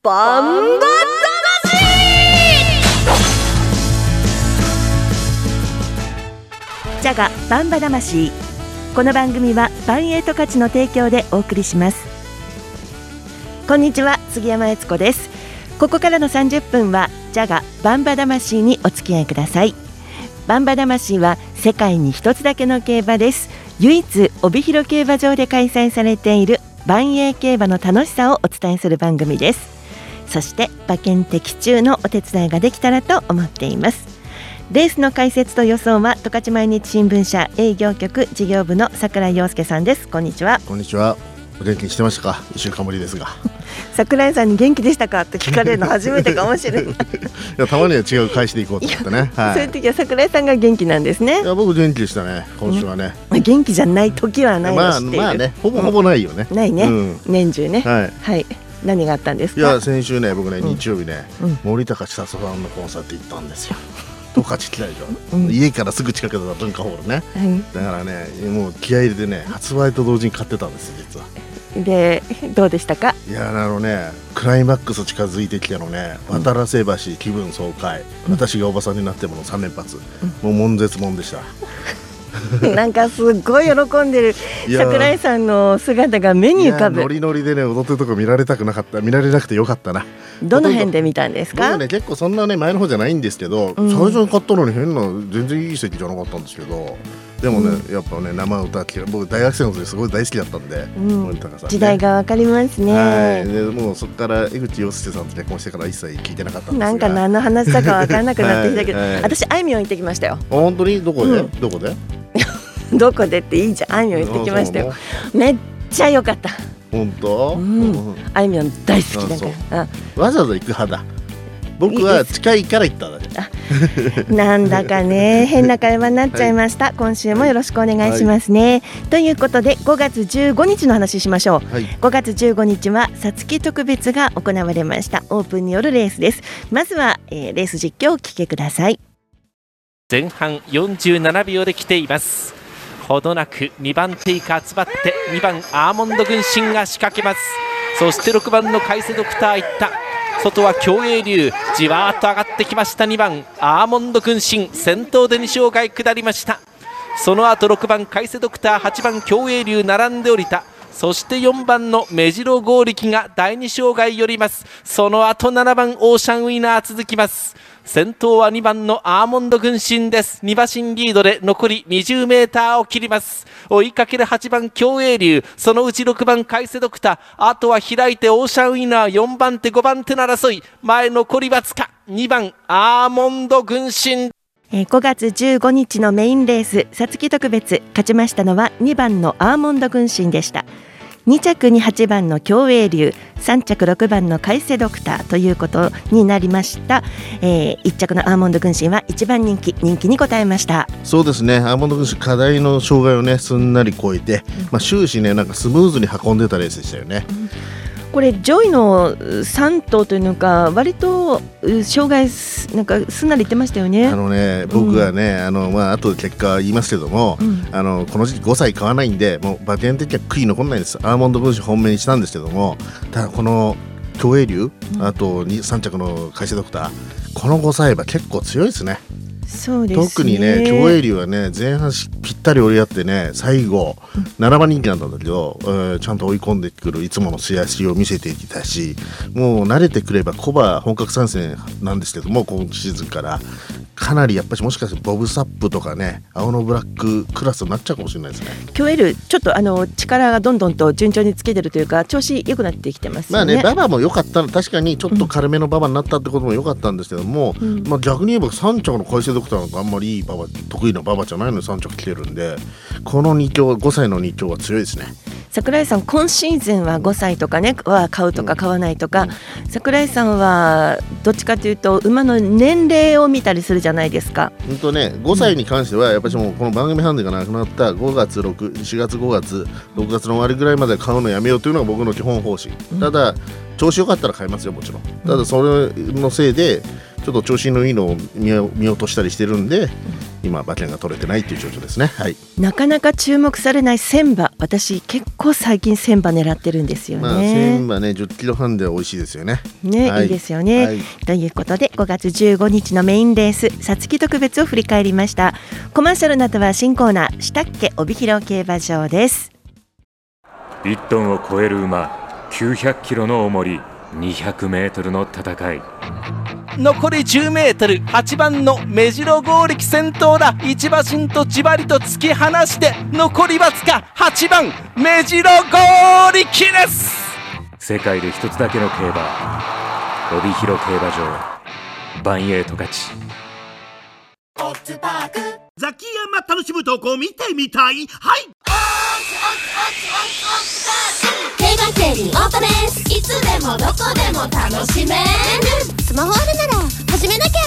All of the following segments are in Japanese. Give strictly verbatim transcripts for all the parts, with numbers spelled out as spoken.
バンバ魂。 ジャガバンバ魂。この番組はバンエイト価値の提供でお送りします。こんにちは、杉山悦子です。ここからのさんじゅっぷんはジャガバンバ魂にお付き合いください。バンバ魂は世界に一つだけの競馬です。唯一帯広競馬場で開催されている万栄競馬の楽しさをお伝えする番組です。そして馬券的中のお手伝いができたらと思っています。レースの解説と予想は十勝毎日新聞社営業局事業部の櫻井陽介さんです。こんにちは。 こんにちは。お元気にしてましたか。いっしゅうかんぶりですが櫻井さんに元気でしたかって聞かれるの初めてかもしれないいや、たまには違う返しでいこうと思ってね、はい、 そういう時は櫻井さんが元気なんですね。 いや、僕元気でしたね、今週はね、 ね、元気じゃない時はないの知っている。 まあ、まあね、ほぼほぼないよね、 うん、ないね、うん、年中ね、 はい、はい、 何があったんですか。 いや、先週ね、僕ね、日曜日ね、 うん、 森高千里さんのコンサート行ったんですよ。十勝来たでしょ、うん、家からすぐ近くだった文化ホールね、はい、だからね、もう気合い入れてね、発売と同時に買ってたんですよ、実は。 で、どうでしたか。 いや、あのね、クライマックス近づいてきたのね、渡良瀬橋気分爽快、うん、私がおばさんになってものさん連発、うん、もう悶絶もんでしたなんかすごい喜んでる櫻井さんの姿が目に浮かぶ。 ノリノリでね、踊ってるとこ見られたくなかった、見られなくてよかったな。 どの辺で見たんですか。 僕ね、結構そんなね前の方じゃないんですけど、うん、最初に買ったのに変な全然いい席じゃなかったんですけど、でもね、うん、やっぱね、生歌僕大学生の時すごい大好きだったんで、うん、森高さんね、 時代がわかりますね。 はい、でもうそこから江口洋介さんと結婚してから一切聞いてなかったんですが、 なんか何の話だかわからなくなってきたけど、はいはい、私あいみょん行ってきましたよ。 本当に。どこで、うん、どこでどこでっていいじゃん。あいみょん行ってきましたよ。めっちゃ良かった。 本当、うん、 あいみょん大好きだから。 わざわざ行く派だ。僕は近いから行ったんだけどなんだかね、変な会話になっちゃいました、はい、今週もよろしくお願いしますね、はい、ということでごがつじゅうごにちの話しましょう、はい、ごがつじゅうごにちは皐月特別が行われました。オープンによるレースです。まずは、えー、レース実況をお聞きください。 前半よんじゅうななびょうで来ています。ほどなくにばん手以下集まってにばんアーモンド軍神が仕掛けます。そしてろくばんの海瀬ドクターいった。外は競泳流、じわーっと上がってきました。にばんアーモンド軍神、先頭でに障害下りました。その後ろくばん海瀬ドクター、はちばん競泳流並んで降りた。そしてよんばんの目白剛力がだいに障害寄ります。その後ななばんオーシャンウィナー続きます。先頭はにばんのアーモンド軍神です。に馬身リードで残りにじゅうメーターを切ります。追いかけるはちばん競泳流、そのうちろくばん海瀬ドクター、あとは開いてオーシャンウィナー、よんばん手ごばん手の争い、前残りわずか。にばんアーモンド軍神。 ごがつじゅうごにちのメインレース皐月特別、勝ちましたのはにばんのアーモンド軍神でした。にちゃくにはちばんの競泳流、さんちゃくろくばんの海瀬ドクターということになりました、えー、いっちゃくのアーモンド軍神はいちばん人気人気に応えました。そうですね、 アーモンド軍神課題の障害をねすんなり越えて、うん、まあ、終始ねなんかスムーズに運んでたレースでしたよね、うん。 これ上位のさん頭というのか割と障害なんかすんなりいってましたよね。 あのね、僕はね、うん、あのまあ後で結果言いますけども、うん、あのこの時期ごさい買わないんで、もう馬券的には悔い残らないんです。アーモンド軍神本命にしたんですけども、ただこの競泳流、うん、あとさんちゃくの海瀬ドクター、このごさい馬結構強いですね。 そうですね、 特にね競泳流はね前半ぴったり折り合ってね、最後ななばん人気なんだけど、えー、ちゃんと追い込んでくるいつもの素足を見せてきたし、もう慣れてくればコバ本格参戦なんですけども、今シーズンからかなりやっぱりもしかしてボブサップとかね、青のブラッククラスになっちゃうかもしれないですね。 競泳流ちょっとあの力がどんどんと順調につけてるというか、調子良くなってきてますよね。 まあね、馬場も良かったの、確かにちょっと軽めの馬場になったってことも良かったんですけども、うん、まあ、逆に言えばさん着の海瀬ドクターなんかあんまりいい馬場、得意な馬場じゃないのにさん着来てるんで、このに強、ごさいのに強は強いですね。 櫻井さん、今シーズンはごさいとかねは買うとか買わないとか、うん、櫻井さんはどっちかというと馬の年齢を見たりするじゃないですか。 本当ね、ごさいに関してはやっぱりもうこの番組ハンデがなくなったごがつろく、しがつごがつろくがつの終わりぐらいまで買うのやめようというのが僕の基本方針、うん、ただ調子良かったら買いますよ、もちろん。ただそれのせいでちょっと調子のいいのを 見, 見落としたりしてるんで、今馬券が取れてないという状況ですね、はい、 なかなか注目されない戦馬私結構最近千葉狙ってるんですよね。 まあ、千葉ねじゅっキロはんで美味しいですよね。 ね、 はい、 いいですよね、はい、ということでごがつじゅうごにちのメインレース皐月特別を振り返りました。コマーシャルの後は新コーナーしたっけ帯広競馬場です。 いちトンを超える馬、きゅうひゃくキロの重り、にひゃくメートルの戦い。 残りじゅうメートル、はちばんの目白剛力先頭だ。一馬身とじわりと突き放して残りわずか。はちばん目白剛力です。 世界で一つだけの競馬、帯広競馬場、バンエイト勝ち。 ザキヤマ楽しむ投稿見てみたい。はい、 競馬競輪オートレース、いつでもどこでも楽しめる。スマホあるなら始めなきゃ。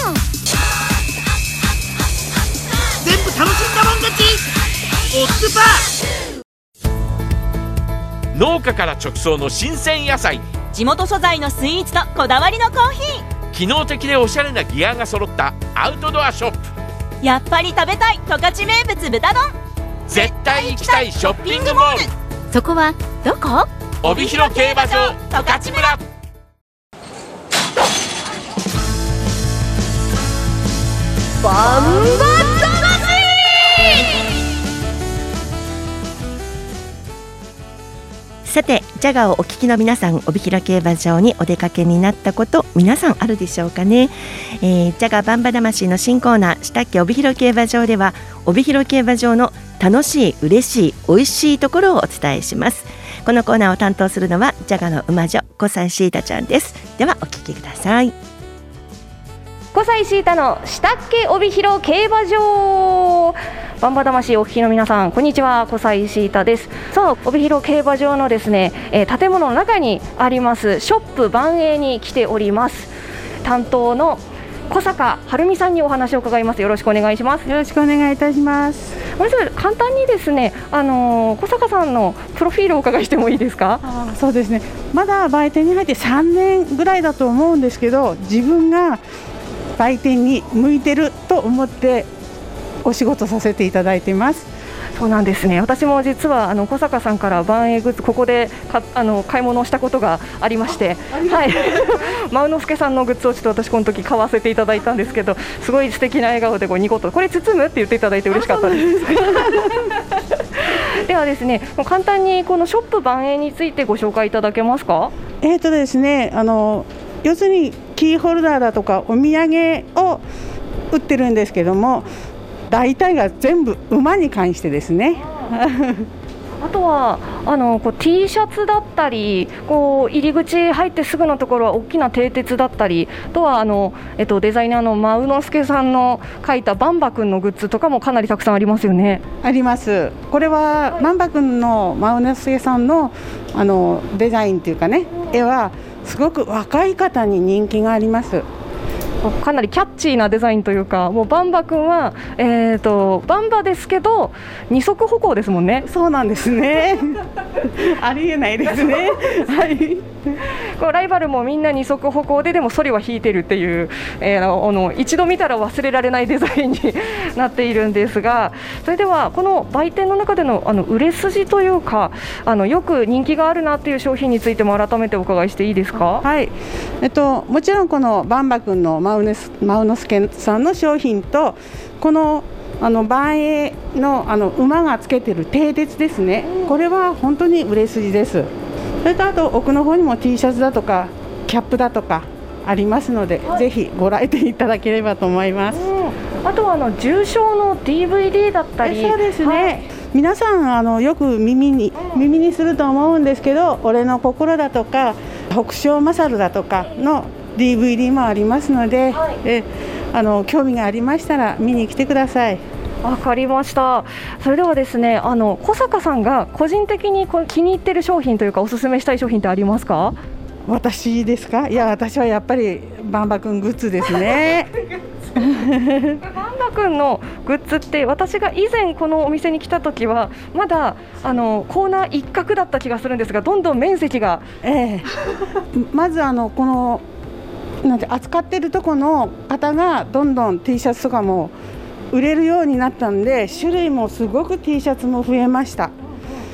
全部楽しんだもん勝ち。オッズパー。農家から直送の新鮮野菜、 地元素材のスイーツとこだわりのコーヒー、 機能的でおしゃれなギアが揃ったアウトドアショップ。 やっぱり食べたい十勝名物豚丼。 絶対行きたいショッピングモール。 そこはどこ？ 帯広競馬場十勝村。 バンバさてジャガをお聞きの皆さん、帯広競馬場にお出かけになったこと皆さんあるでしょうかね。えー、ジャガバンバ魂の新コーナーしたっけ帯広競馬場では、帯広競馬場の楽しい、嬉しい、美味しいところをお伝えします。このコーナーを担当するのはジャガの馬女小西シータちゃんです。ではお聞きください。 小西シータのしたっけ帯広競馬場。バンバ魂お聞きの皆さん、こんにちは、小西シータです。さあ、帯広競馬場のですね、えー、建物の中にありますショップ万栄に来ております。担当の小坂晴美さんにお話を伺います。よろしくお願いします。 よろしくお願いいたします。 まず簡単にですね、あのー、小坂さんのプロフィールをお伺いしてもいいですか？ あ、そうですね、まだ売店に入ってさんねんぐらいだと思うんですけど、自分が売店に向いてると思ってお仕事させていただいています。 そうなんですね。私も実はあの小坂さんから万栄グッズここでかあの買い物をしたことがありまして、はい、マウノスケさんのグッズをちょっと私この時買わせていただいたんですけど、すごい素敵な笑顔でこうニコッと、これ包むって言っていただいて嬉しかったです。ではですね、簡単にこのショップ万栄についてご紹介いただけますか？ えーとですね、あの要するにキーホルダーだとかお土産を売ってるんですけども、大体が全部馬に関してですね。 あとはあのこう T シャツだったり、こう入り口入ってすぐのところは大きな蹄鉄だったり、あとはあの、えっと、デザイナーのマウノスケさんの描いたバンバ君のグッズとかもかなりたくさんありますよね。 あります。これは、はい、バンバ君のマウノスケさん の, あのデザインというかね、絵はすごく若い方に人気があります。 かなりキャッチーなデザインというか、もうバンバ君は、えー、とバンバですけど二足歩行ですもんね。 そうなんですね。ありえないですね。はい、 こうライバルもみんな二足歩行で、でもソリは引いてるっていう、えー、あの一度見たら忘れられないデザインになっているんですが、それではこの売店の中で の, あの売れ筋というか、あのよく人気があるなっていう商品についても改めてお伺いしていいですか？ はい、えっと、もちろんこのバンバ君のマウネスマウノスケさんの商品と、このあの万栄 の, あの馬がつけてる蹄鉄ですね、これは本当に売れ筋です。それとあと奥の方にも T シャツだとかキャップだとかありますので、はい、ぜひご来店いただければと思います。 うん、あとはあの重賞の ディーブイディー だったり。 そうですね、 はい、 皆さんあのよく耳 に, 耳にすると思うんですけど、俺の心だとか北勝勝だとかの ディーブイディー もありますので、はい、えあの興味がありましたら見に来てください。 わかりました。それではですね、あの小坂さんが個人的に気に入っている商品というか、おすすめしたい商品ってありますか？ 私ですか？いや、私はやっぱりバンバ君グッズですね。 バンバ君のグッズって、私が以前このお店に来た時はまだあのコーナー一角だった気がするんですが、どんどん面積が、 ええ、まずあのこのなんて扱ってるとこの方がどんどん T シャツとかも売れるようになったんで、種類もすごく T シャツも増えました。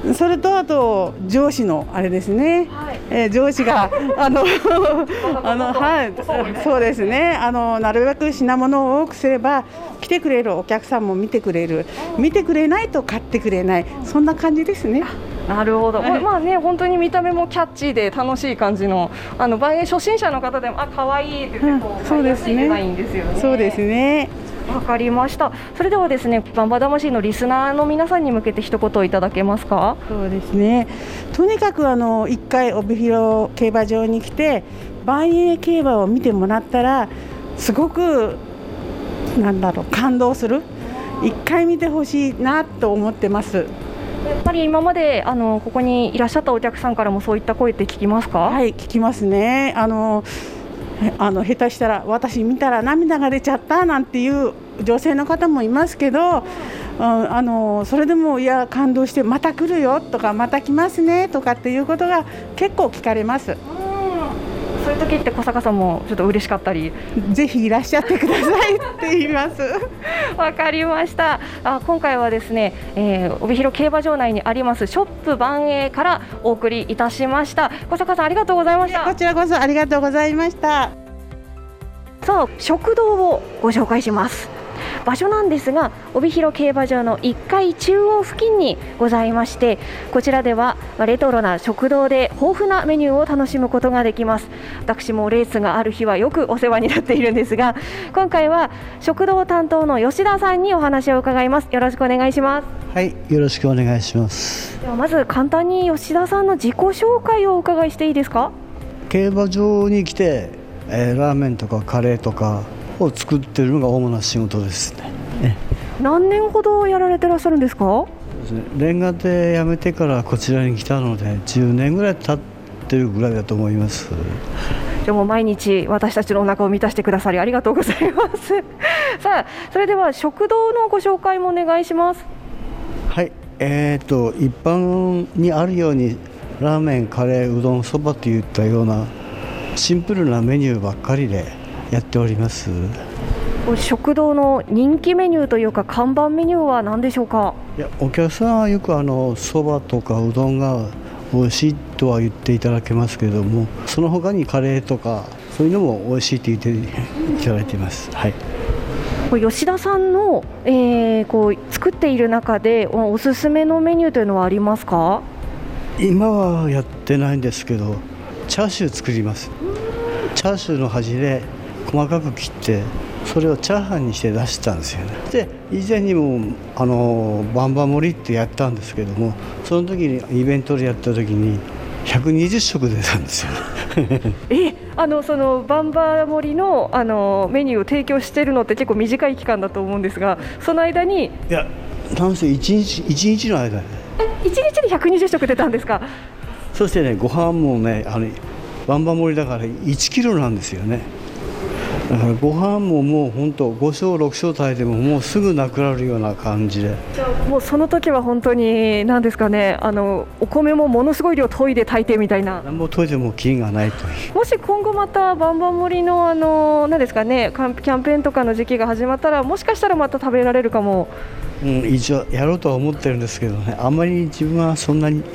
それとあと上司のあれですね、はい、えー、上司があのあの、はい、そうですね、あのなるべく品物を多くすれば来てくれるお客さんも見てくれる、見てくれないと買ってくれない、そんな感じですね。 なるほど、はい、まあね、本当に見た目もキャッチーで楽しい感じの、あの映え初心者の方でもあ可愛いって言ってこう、そうですね、デザインですよね。 そうですね。 わかりました。それではですね、バンバ魂のリスナーの皆さんに向けて一言いただけますか。 そうですね、とにかくあのいっかい帯広競馬場に来て万栄競馬を見てもらったらすごくなんだろう、感動する、いっかい見てほしいなと思ってます。 やっぱり今まであのここにいらっしゃったお客さんからもそういった声って聞きますか。 はい、聞きますね。あのあの下手したら私見たら涙が出ちゃったなんていう女性の方もいますけど、あのそれでもいや感動してまた来るよとかまた来ますねとかっていうことが結構聞かれます。 そういう時って小坂さんもちょっと嬉しかったり、 ぜひいらっしゃってくださいって言います。 わかりました。あ、今回はですね、えー、帯広競馬場内にありますショップ万栄からお送りいたしました。小坂さんありがとうございました。 こちらこそありがとうございました。 さあ、食堂をご紹介します。場所なんですが、帯広競馬場のいっかい中央付近にございまして、こちらではレトロな食堂で豊富なメニューを楽しむことができます。私もレースがある日はよくお世話になっているんですが、今回は食堂担当の吉田さんにお話を伺います。よろしくお願いします。 はい、よろしくお願いします。 ではまず簡単に吉田さんの自己紹介をお伺いしていいですか。 競馬場に来て、えー、ラーメンとかカレーとかを作っているのが主な仕事ですね。 何年ほどやられてらっしゃるんですか。 そうですね、レンガで辞めてからこちらに来たのでじゅうねんぐらい経ってるぐらいだと思います。 じゃあもう毎日私たちのお腹を満たしてくださりありがとうございますさあ、それでは食堂のご紹介もお願いします。 はい、えーと一般にあるようにラーメン、カレー、うどん、そばといったようなシンプルなメニューばっかりでやっております。 食堂の人気メニューというか看板メニューは何でしょうか。 いや、お客さんはよくあのそばとかうどんが美味しいとは言っていただけますけれども、その他にカレーとかそういうのも美味しいと言っていただいています。はい、 吉田さんの、えー、こう作っている中でおすすめのメニューというのはありますか。 今はやってないんですけど、チャーシュー作ります。チャーシューの端で細かく切ってそれをチャーハンにして出したんですよね。で、以前にもあのバンバ盛りってやったんですけども、その時にイベントでやった時にひゃくにじゅっしょく出たんですよえ、あのそのバンバ盛りのあのメニューを提供しているのって結構短い期間だと思うんですが、その間にいや、なんせいちにちいちにちの間でいちにちでひゃくにじゅっしょく出たんですか。 そしてね、ご飯もね、あのバンバ盛りだからいちキロなんですよね。だからご飯ももう本当ご升ろく升炊いてももうすぐなくなるような感じで、 じゃあもうその時は本当に何ですかね、あのお米もものすごい量研いで炊いてみたいな。 何も研いでも菌がないという。 もし今後またバンバ盛りのあの何ですかね、キャンペーンとかの時期が始まったら、もしかしたらまた食べられるかも。 うん、一応やろうとは思ってるんですけどね、あんまり自分はそんなに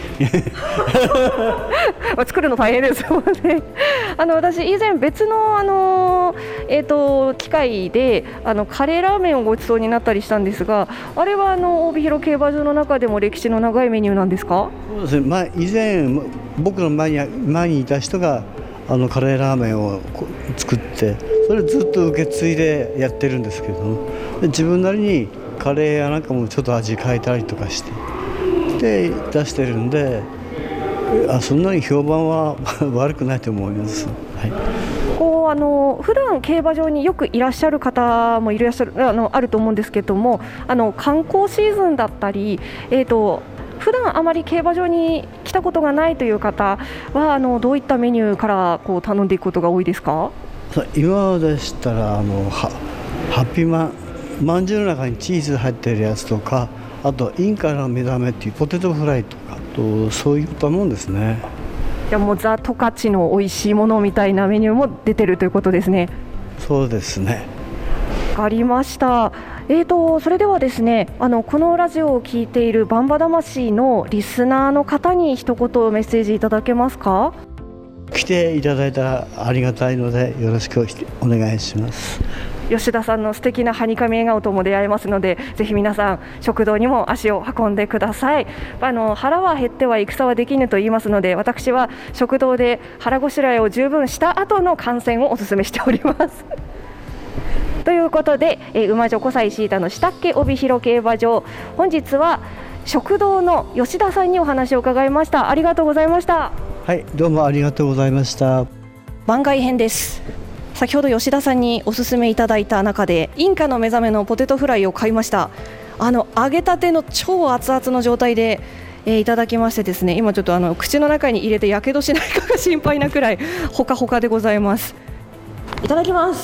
作るの大変ですもんね。あの私以前別のあの、えー、と機会であのカレーラーメンをごちそうになったりしたんですが、あれはあの帯広競馬場の中でも歴史の長いメニューなんですか。 そうですね、まあ、以前僕の前に前にいた人があのカレーラーメンを作って、それをずっと受け継いでやってるんですけども、で自分なりにカレーやなんかもちょっと味変えたりとかしてで出してるんで、あそんなに評判は悪くないと思います。はい、 こうあの普段競馬場によくいらっしゃる方もいらっしゃるあのあると思うんですけども、あの観光シーズンだったり、えーと普段あまり競馬場に来たことがないという方はあのどういったメニューからこう頼んでいくことが多いですか。 今でしたらあのハッピーマンまんじゅうの中にチーズ入ってるやつとか、あとインカの目覚めっていうポテトフライとかと、そういったもんですね。 じゃあもうザ・十勝の美味しいものみたいなメニューも出てるということですね。 そうですね。 かりました。えーと、それではですね、あのこのラジオを聞いているバンバ魂のリスナーの方に一言メッセージいただけますか？ 来ていただいたらありがたいのでよろしくお願いします。 吉田さんの素敵なはにかみ笑顔とも出会えますので、ぜひ皆さん食堂にも足を運んでください。あの腹は減っては戦はできぬと言いますので、私は食堂で腹ごしらえを十分した後の観戦をお勧めしておりますということで、えー、馬女小西シータの下っけ帯広競馬場、本日は食堂の吉田さんにお話を伺いました。ありがとうございました。 はい、どうもありがとうございました。 番外編です。先ほど吉田さんにお勧めいただいた中でインカの目覚めのポテトフライを買いました。あの揚げたての超熱々の状態で、えー、いただきましてですね、今ちょっとあの口の中に入れてやけどしないかが心配なくらいほかほかでございます。いただきます。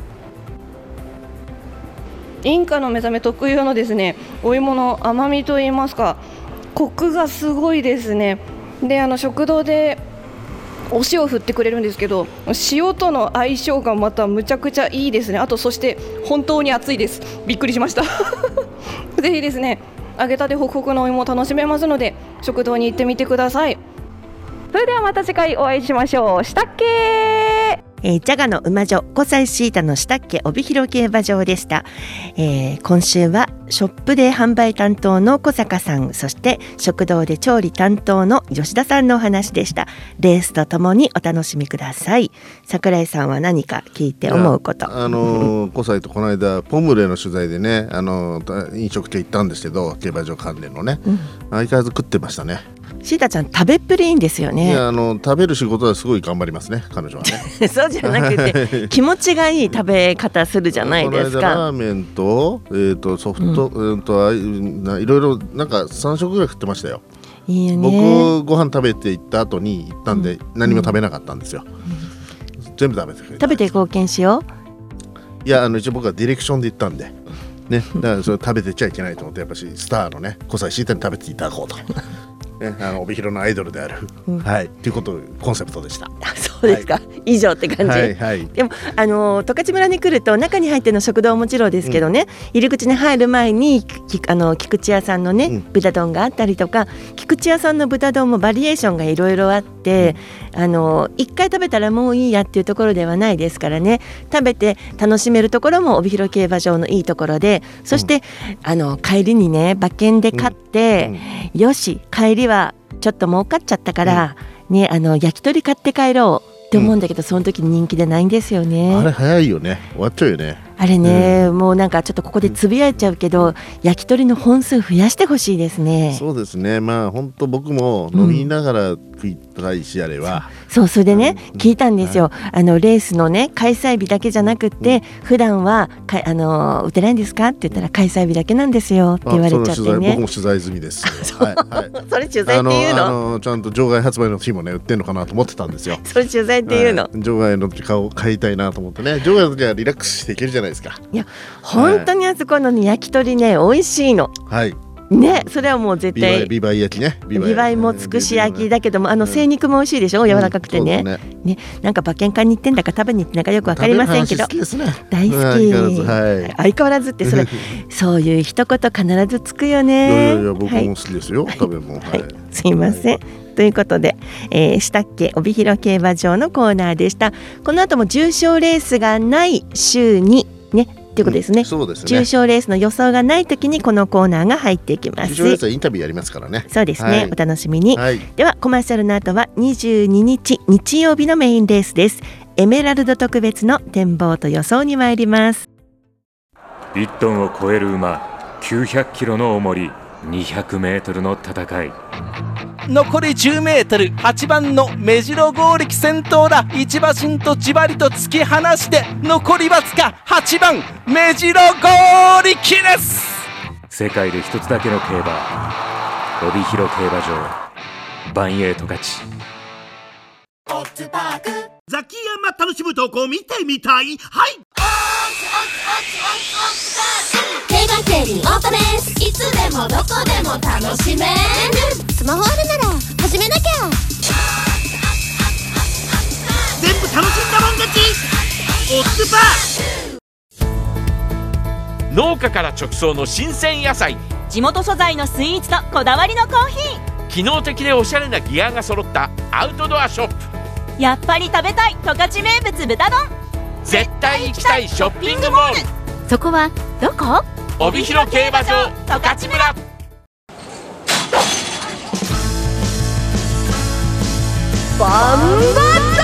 インカの目覚め特有のですね、お芋の甘みといいますか、コクがすごいですね。で、あの食堂でお塩を振ってくれるんですけど、塩との相性がまたむちゃくちゃいいですね。あとそして本当に熱いです。びっくりしましたぜひですね、揚げたてホクホクのお芋を楽しめますので、食堂に行ってみてください。それではまた次回お会いしましょう。したっけー。 えー、ジャガの馬女小西シータの下っけ帯広競馬場でした。えー、今週はショップで販売担当の小坂さん、そして食堂で調理担当の吉田さんのお話でした。レースとともにお楽しみください。桜井さんは何か聞いて思うこと？ あのー、小西とこの間ポムレの取材でね、あのー、飲食店行ったんですけど、競馬場関連のね、うん、相変わらず食ってましたね。 シータちゃん食べっぷりいいんですよね。 いや、あの食べる仕事はすごい頑張りますね、彼女はねそうじゃなくて気持ちがいい食べ方するじゃないですか。 この間ラーメンと、えー、とソフト、うん、といろいろなんかさん食ぐらい食ってましたよ。 いいよね。 僕ご飯食べて行った後に行ったんで、うん、何も食べなかったんですよ、うん、全部食べてくれた。 食べて貢献しよう。いや、あの一応僕はディレクションで行ったんでね、だからそれ食べてちゃいけないと思って、やっぱしスターのね小西シータに食べていただこうとね、あの帯広のアイドルである、うん、はい、ということコンセプトでした。 そうですか、はい、以上って感じ、 はいはい、 でもあの十勝村に来ると中に入っての食堂はもちろんですけどね、うん、入り口に入る前にあの菊池屋さんのね、うん、豚丼があったりとか、菊池屋さんの豚丼もバリエーションがいろいろあって、うん、あの一回食べたらもういいやっていうところではないですからね、食べて楽しめるところも帯広競馬場のいいところで、そして、うん、あの帰りにね馬券で買って、うんうん、よし帰りはちょっと儲かっちゃったから、うん、ね、あの焼き鳥買って帰ろうって思うんだけど、うん、その時に人気でないんですよね。 あれ早いよね、終わっちゃうよね。 あれね、うん、もうなんかちょっとここでつぶやいちゃうけど、うん、焼き鳥の本数増やしてほしいですね。 そうですね、まあ本当僕も飲みながら食いたいし、あれは、 うん、そうそれでね、うん、聞いたんですよ、はい、あのレースのね開催日だけじゃなくって、うん、普段はかあの打てないんですかって言ったら開催日だけなんですよって言われちゃってね。 僕も取材済みです、 はいはい、それ取材っていうの？ あのあのちゃんと場外発売の日もね売ってんのかなと思ってたんですよ。 それ取材っていうの？ はい、場外の顔を買いたいなと思ってね、場外の時はリラックスしていけるじゃないですか。 いや本当にあそこの、ね、焼き鳥ね美味しいの。 はいね、それはもう絶対ビバイ焼きね、 ビバイもつくし焼きだけども、あの精肉も美味しいでしょ、柔らかくてね、うんねね、なんか馬券買いに行ってんだか食べに行ってんだかよく分かりませんけど、 好きですね、 大好き、相変わらず、はい、相変わらずってそれそういう一言必ずつくよね。 いやいやいや僕も好きですよ、はい、食べも、はいはい、 すいません、はい、ということで、えー、下っけ帯広競馬場のコーナーでした。この後も重賞レースがない週にねということですね、うん、 そうですね、 重賞レースの予想がないときにこのコーナーが入っていきます。 重賞レースはインタビューやりますからね。 そうですね、はい、お楽しみに、 はい、 ではコマーシャルの後はにじゅうににち日曜日のメインレースです。エメラルド特別の展望と予想に参ります。 いちトンを超える馬、きゅうひゃくキロの重り、にひゃくメートルの戦い。 残りじゅうメートル、はちばんの目白剛力先頭だ。いち馬身とじわりと突き放して残りわずかはちばん目白剛力です。 世界で一つだけの競馬、帯広競馬場、バンエイト勝ち。 ザキヤマ楽しむとこ見てみたい。はい、 競馬競輪オートレース、いつでもどこでも楽しめる。スマホあるなら始めなきゃ。 全部楽しんだもん勝ち。オッズパー農家から直送の新鮮野菜、 地元素材のスイーツとこだわりのコーヒー、 機能的でおしゃれなギアが揃ったアウトドアショップ。 やっぱり食べたい十勝名物豚丼。 絶対行きたいショッピングモール。 そこはどこ？ 帯広競馬場十勝村。 バンバ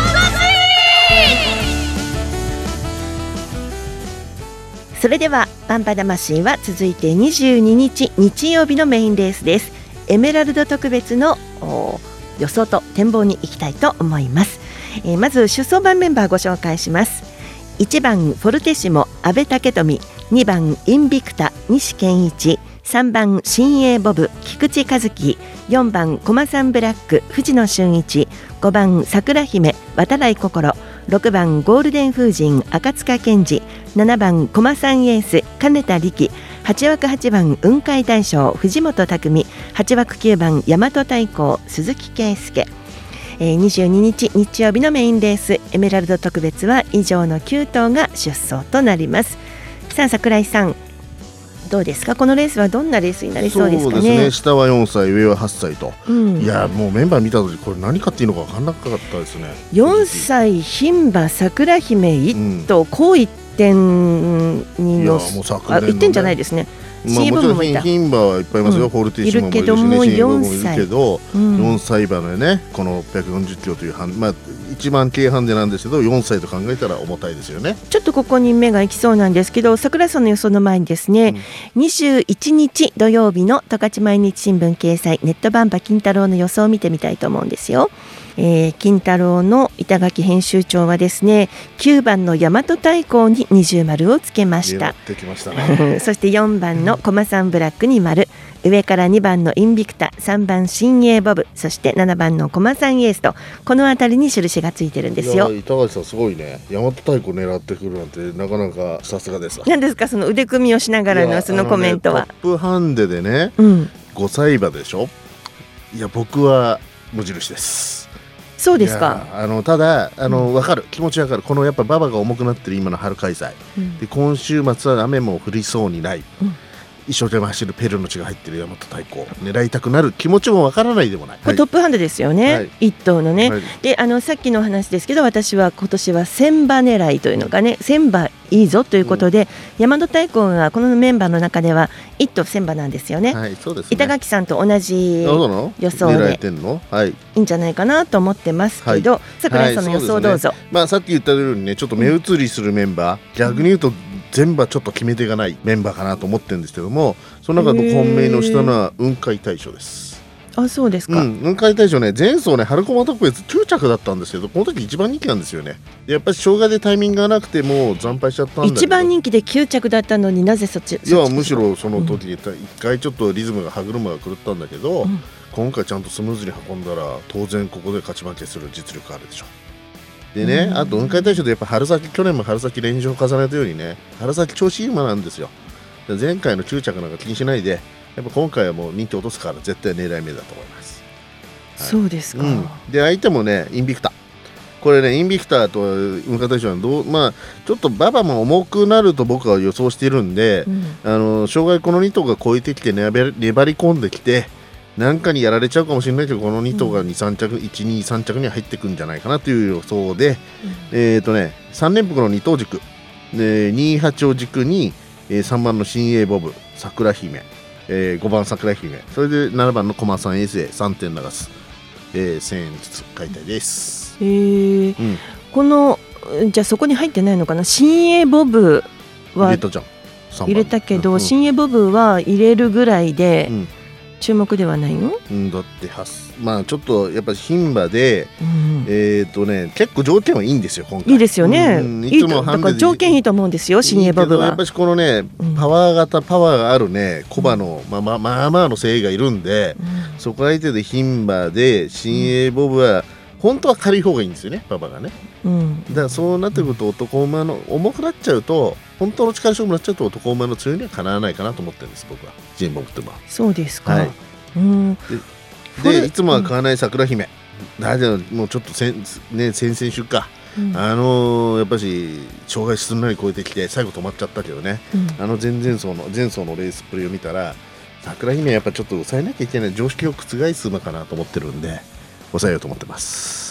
それではバンバ魂は続いてにじゅうににち日曜日のメインレースです。エメラルド特別の予想と展望に行きたいと思います。えー、まず出走番メンバーご紹介します。いちばんフォルテシモ阿部武富、にばんインビクタ西健一、さんばん新鋭ボブ菊池和樹、よんばんコマサンブラック藤野俊一、ごばん桜姫渡来心、ろくばんゴールデン風神赤塚健二、ななばんコマサンエース金田力、はち枠はちばん雲海大将藤本匠、はち枠きゅうばん大和太閤鈴木圭介。えー、にじゅうににち日曜日のメインレースエメラルド特別は以上のきゅうとうが出走となります。さあ櫻井さん、どうですか、このレースはどんなレースになりそうですかね。 そうですね、下はよんさい上ははっさいと、 うん、いやもうメンバー見た時これ何かっていうのが分かんなかったですね。 よんさい牝馬桜姫一頭、うん、高一点にのあいってんじゃないですね。 まあ、もちろん牝馬はいっぱいいますよ、うん、フォルティシモもいるしね、シンゴもいるけど、うん、よんさい馬のねこのろっぴゃくよんじゅっキロというハン、まあ、一番軽ハンデなんですけどよんさいと考えたら重たいですよね。 ちょっとここに目が行きそうなんですけど、桜井さんの予想の前にですね、うん、にじゅういちにち土曜日の十勝毎日新聞掲載ネットバンバ金太郎の予想を見てみたいと思うんですよ。えー、金太郎の板垣編集長はですねきゅうばんの大和太閤に二重丸をつけました。 できましたねそしてよんばんのコマサンブラックに丸、上からにばんのインビクタ、さんばん新鋭ボブ、そしてななばんのコマサンエースとこのあたりに印がついてるんですよ。 いや板垣さんすごいね、大和太閤狙ってくるなんてなかなかさすがです。 何ですかその腕組みをしながらのそのコメントは。 ね、トップハンデでね、 うん、 ごさい馬でしょ。いや僕は無印です。 そうですか。 あのただあの、うん、分かる気持ち分かる。このやっぱ馬場が重くなってる今の春開催、うん、で今週末は雨も降りそうにない、うん、一生懸命走るペルの血が入ってる大和太閤狙いたくなる気持ちも分からないでもない。 これトップハンデですよね、はい、一頭のね、はい、であのさっきの話ですけど私は今年は千馬狙いというのがね、千馬いいぞということで、うん、大和太閤がこのメンバーの中では一頭千馬なんですよね。 はい、そうですね。 板垣さんと同じ予想でいいんじゃないかなと思ってますけど、はい、櫻井さんの予想どうぞ。 はい、まあ、さっき言ったようにねちょっと目移りするメンバー、うん、逆に言うと全馬ちょっと決め手がないメンバーかなと思ってるんですけども、その中で本命の下のは雲海大将です。 あ、そうですか。 うん、雲海大将ね前走ね春駒特別きゅうちゃくだったんですけどこの時一番人気なんですよね。やっぱり障害でタイミングがなくてもう惨敗しちゃったんだけど、 一番人気できゅうちゃくだったのになぜそっち。 いやむしろその時一回ちょっとリズムが歯車が狂ったんだけど、うん、今回ちゃんとスムーズに運んだら当然ここで勝ち負けする実力あるでしょ。でね、あと雲海大将でやっぱ春先去年も春先連勝を重ねたようにね春先調子いい馬なんですよ。前回のきゅうちゃくなんか気にしないでやっぱ今回はもう人気落とすから絶対狙い目だと思います。 はい、そうですか。うん、 で相手もねインビクタこれねインビクタと雲海大将はどう、まあ、ちょっと馬場も重くなると僕は予想しているんで、うん、あの障害このに頭が超えてきて粘り込んできてなんかにやられちゃうかもしれないけどこのに頭がに、さん着いち、に、さん着に入ってくんじゃないかなという予想で、うん、えっ、ー、とねさん連複のに頭軸でに、はちを軸に、えー、さんばんの新鋭ボブ桜姫、えー、ごばん桜姫それでななばんのコマさん衛星さんてん流す、えー、せんえんずつ買いたいです。 へー、うん、このじゃあそこに入ってないのかな。新鋭ボブは入れたじゃん入れたけど、うん、新鋭ボブは入れるぐらいで、うん注目ではないの、 うん、だってはまあちょっとやっぱり牝馬で、うん、えっ、ー、とね結構条件はいいんですよ今回。 いいですよね、うん、いつもだから条件いいと思うんですよ新鋭ボブは。 やっぱりこのねパワー型パワーがあるね小馬の、うん、まあまあまあまあの精鋭がいるんで、うん、そこ相手で牝馬で新鋭ボブは本当は軽い方がいいんですよねパパがね、うん、だからそうなってくると男馬の重くなっちゃうと本当の力勝負になっちゃうと男馬の強いにはかなわないかなと思ってるんです僕はジンボブってば。 そうですか、 はい、うん、で, でいつもは買わない桜姫、うん、だもうちょっとせん、ね、先々週かうん、あのー、やっぱり障害すんなり超えてきて最後止まっちゃったけどね、うん、あの前々走の前走のレースプレーを見たら桜姫はやっぱちょっと抑えなきゃいけない常識を覆す馬かなと思ってるんで抑えようと思ってます。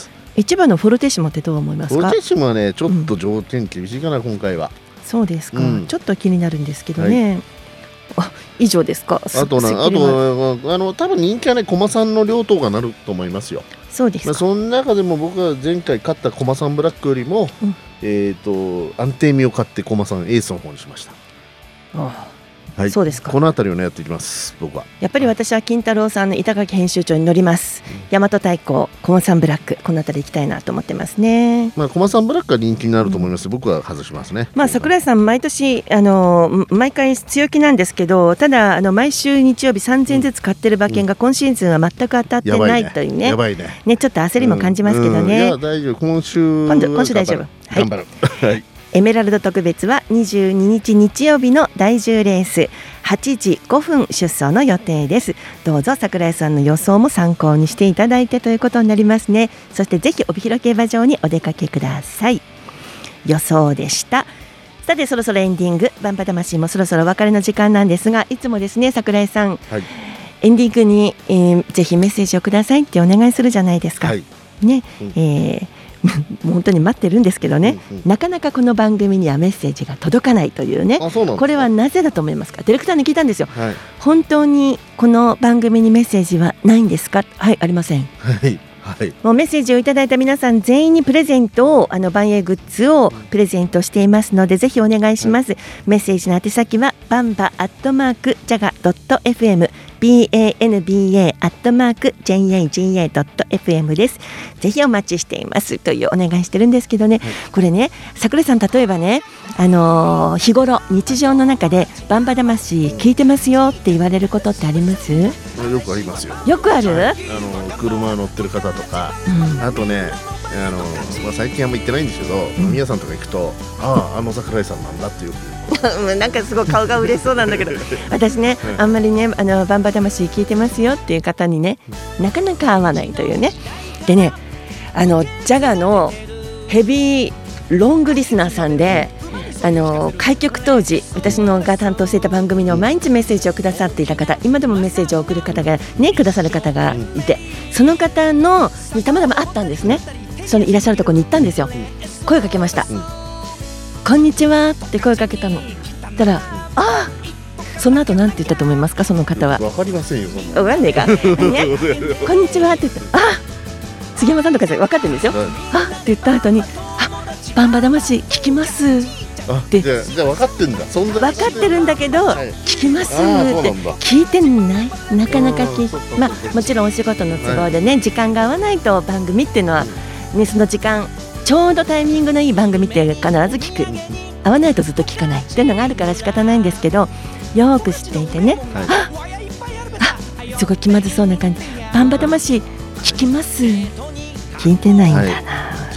一番のフォルテッシモってどう思いますか？ フォルテッシモはねちょっと条件厳しいかな、うん、今回は。 そうですか、うん、ちょっと気になるんですけどね、はい、あ以上ですか？ あとなあとあの多分人気はね駒さんの両党がなると思いますよ。 そうですか、まあ、 その中でも僕は前回勝った駒さんブラックよりも、うん、えー、と安定味を買って駒さんエースの方にしました。 ああはい、 そうですか。 このあたりをねやっていきます僕は。 やっぱり私は金太郎さんの板垣編集長に乗ります、うん、大和太鼓駒さんブラックこのあたり行きたいなと思ってますね。 まあ駒さんブラックは人気になると思います、うん、僕は外しますね。 まあ桜井さん毎年あの毎回強気なんですけどただあの毎週日曜日さんぜんずつ買ってる馬券が今シーズンは全く当たってないというね、 やばいね、 ねちょっと焦りも感じますけどね、うんうん、いや大丈夫今週今度今週大丈夫頑張る、はいはいエメラルド特別はにじゅうににち日曜日のだいじゅうレースはちじごふん出走の予定です。どうぞ桜井さんの予想も参考にしていただいてということになりますね。そしてぜひ帯広競馬場にお出かけください。予想でした。さてそろそろエンディングバンバ魂もそろそろお別れの時間なんですがいつもですね桜井さん、はい、エンディングに、えー、ぜひメッセージをくださいってお願いするじゃないですか、はいねうんえーもう本当に待ってるんですけどね、うんうん、なかなかこの番組にはメッセージが届かないというね。これはなぜだと思いますか？ディレクターに聞いたんですよ、はい、本当にこの番組にメッセージはないんですか？はいありません、 はいはい、 もうメッセージをいただいた皆さん全員にプレゼントをあの万栄グッズをプレゼントしていますのでぜひお願いします、はい、メッセージの宛先はバンバアットマークジャガドット エフエムバンバ アットマーク ジェイエージェーエードットエフエム です。ぜひお待ちしていますというお願いしてるんですけどね、はい、これね桜井さん例えばね、あのー、日頃日常の中でバンバ魂聞いてますよって言われることってあります？ よくありますよ。 よくある、はい、 あの車乗ってる方とか、うん、あとねあの、まあ、最近あんま行ってないんですけど、うん、宮さんとか行くとあああの桜井さんなんだってよくなんかすごい顔が嬉しそうなんだけど私ね、うん、あんまりねあのバンバ魂聞いてますよっていう方にねなかなか会わないというね。でねあのジャガのヘビーロングリスナーさんであの開局当時私のが担当していた番組の毎日メッセージをくださっていた方今でもメッセージを送る方がねくださる方がいてその方のにたまたま会ったんですね。そのいらっしゃるところに行ったんですよ。声かけました、うん、こんにちはって声かけたのたらああその後なんて言ったと思いますか？その方はわかりませんよ。 わかんねえか、ね、こんにちはって言ったあ杉山さんとかじゃ分かってるんですよ、はい、あって言った後にあバンバ魂聞きますってじゃあ、じゃあ分かってるんだそんな分かってるんだけど、はい、聞きますって聞いてないなかなか聞いてまあもちろんお仕事の都合でね、はい、時間が合わないと番組っていうのは、ね、その時間ちょうどタイミングのいい番組って必ず聞く合わないとずっと聞かないっていうのがあるから仕方ないんですけどよく知っていてね、はい、ああすごい気まずそうな感じバンバ魂聞きます聞いてないんだな、はい、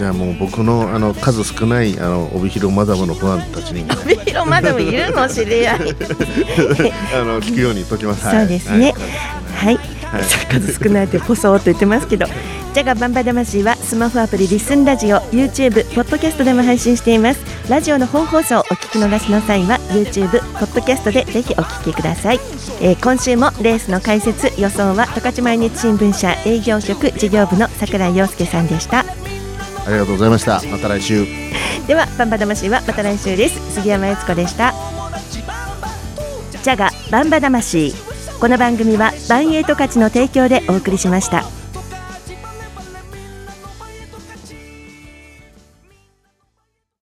じゃあもう僕の、あの数少ないあの帯広マダムのファンたちに、ね、 帯広マダムいるの知り合いあの聞くようにときます。 そうですねはい、はいはい、数少ないってポソーと言ってますけどジャガバンバ魂はスマホアプリリスンラジオ YouTube ポッドキャストでも配信しています。ラジオの本放送をお聞き逃しの際は YouTube ポッドキャストでぜひお聞きください、えー、今週もレースの解説予想は十勝毎日新聞社営業局事業部の櫻井陽介さんでした。 ありがとうございました。また来週ではバンバ魂はまた来週です。杉山悦子でした。ジャガバンバ魂この番組はバンエイト価値の提供でお送りしました。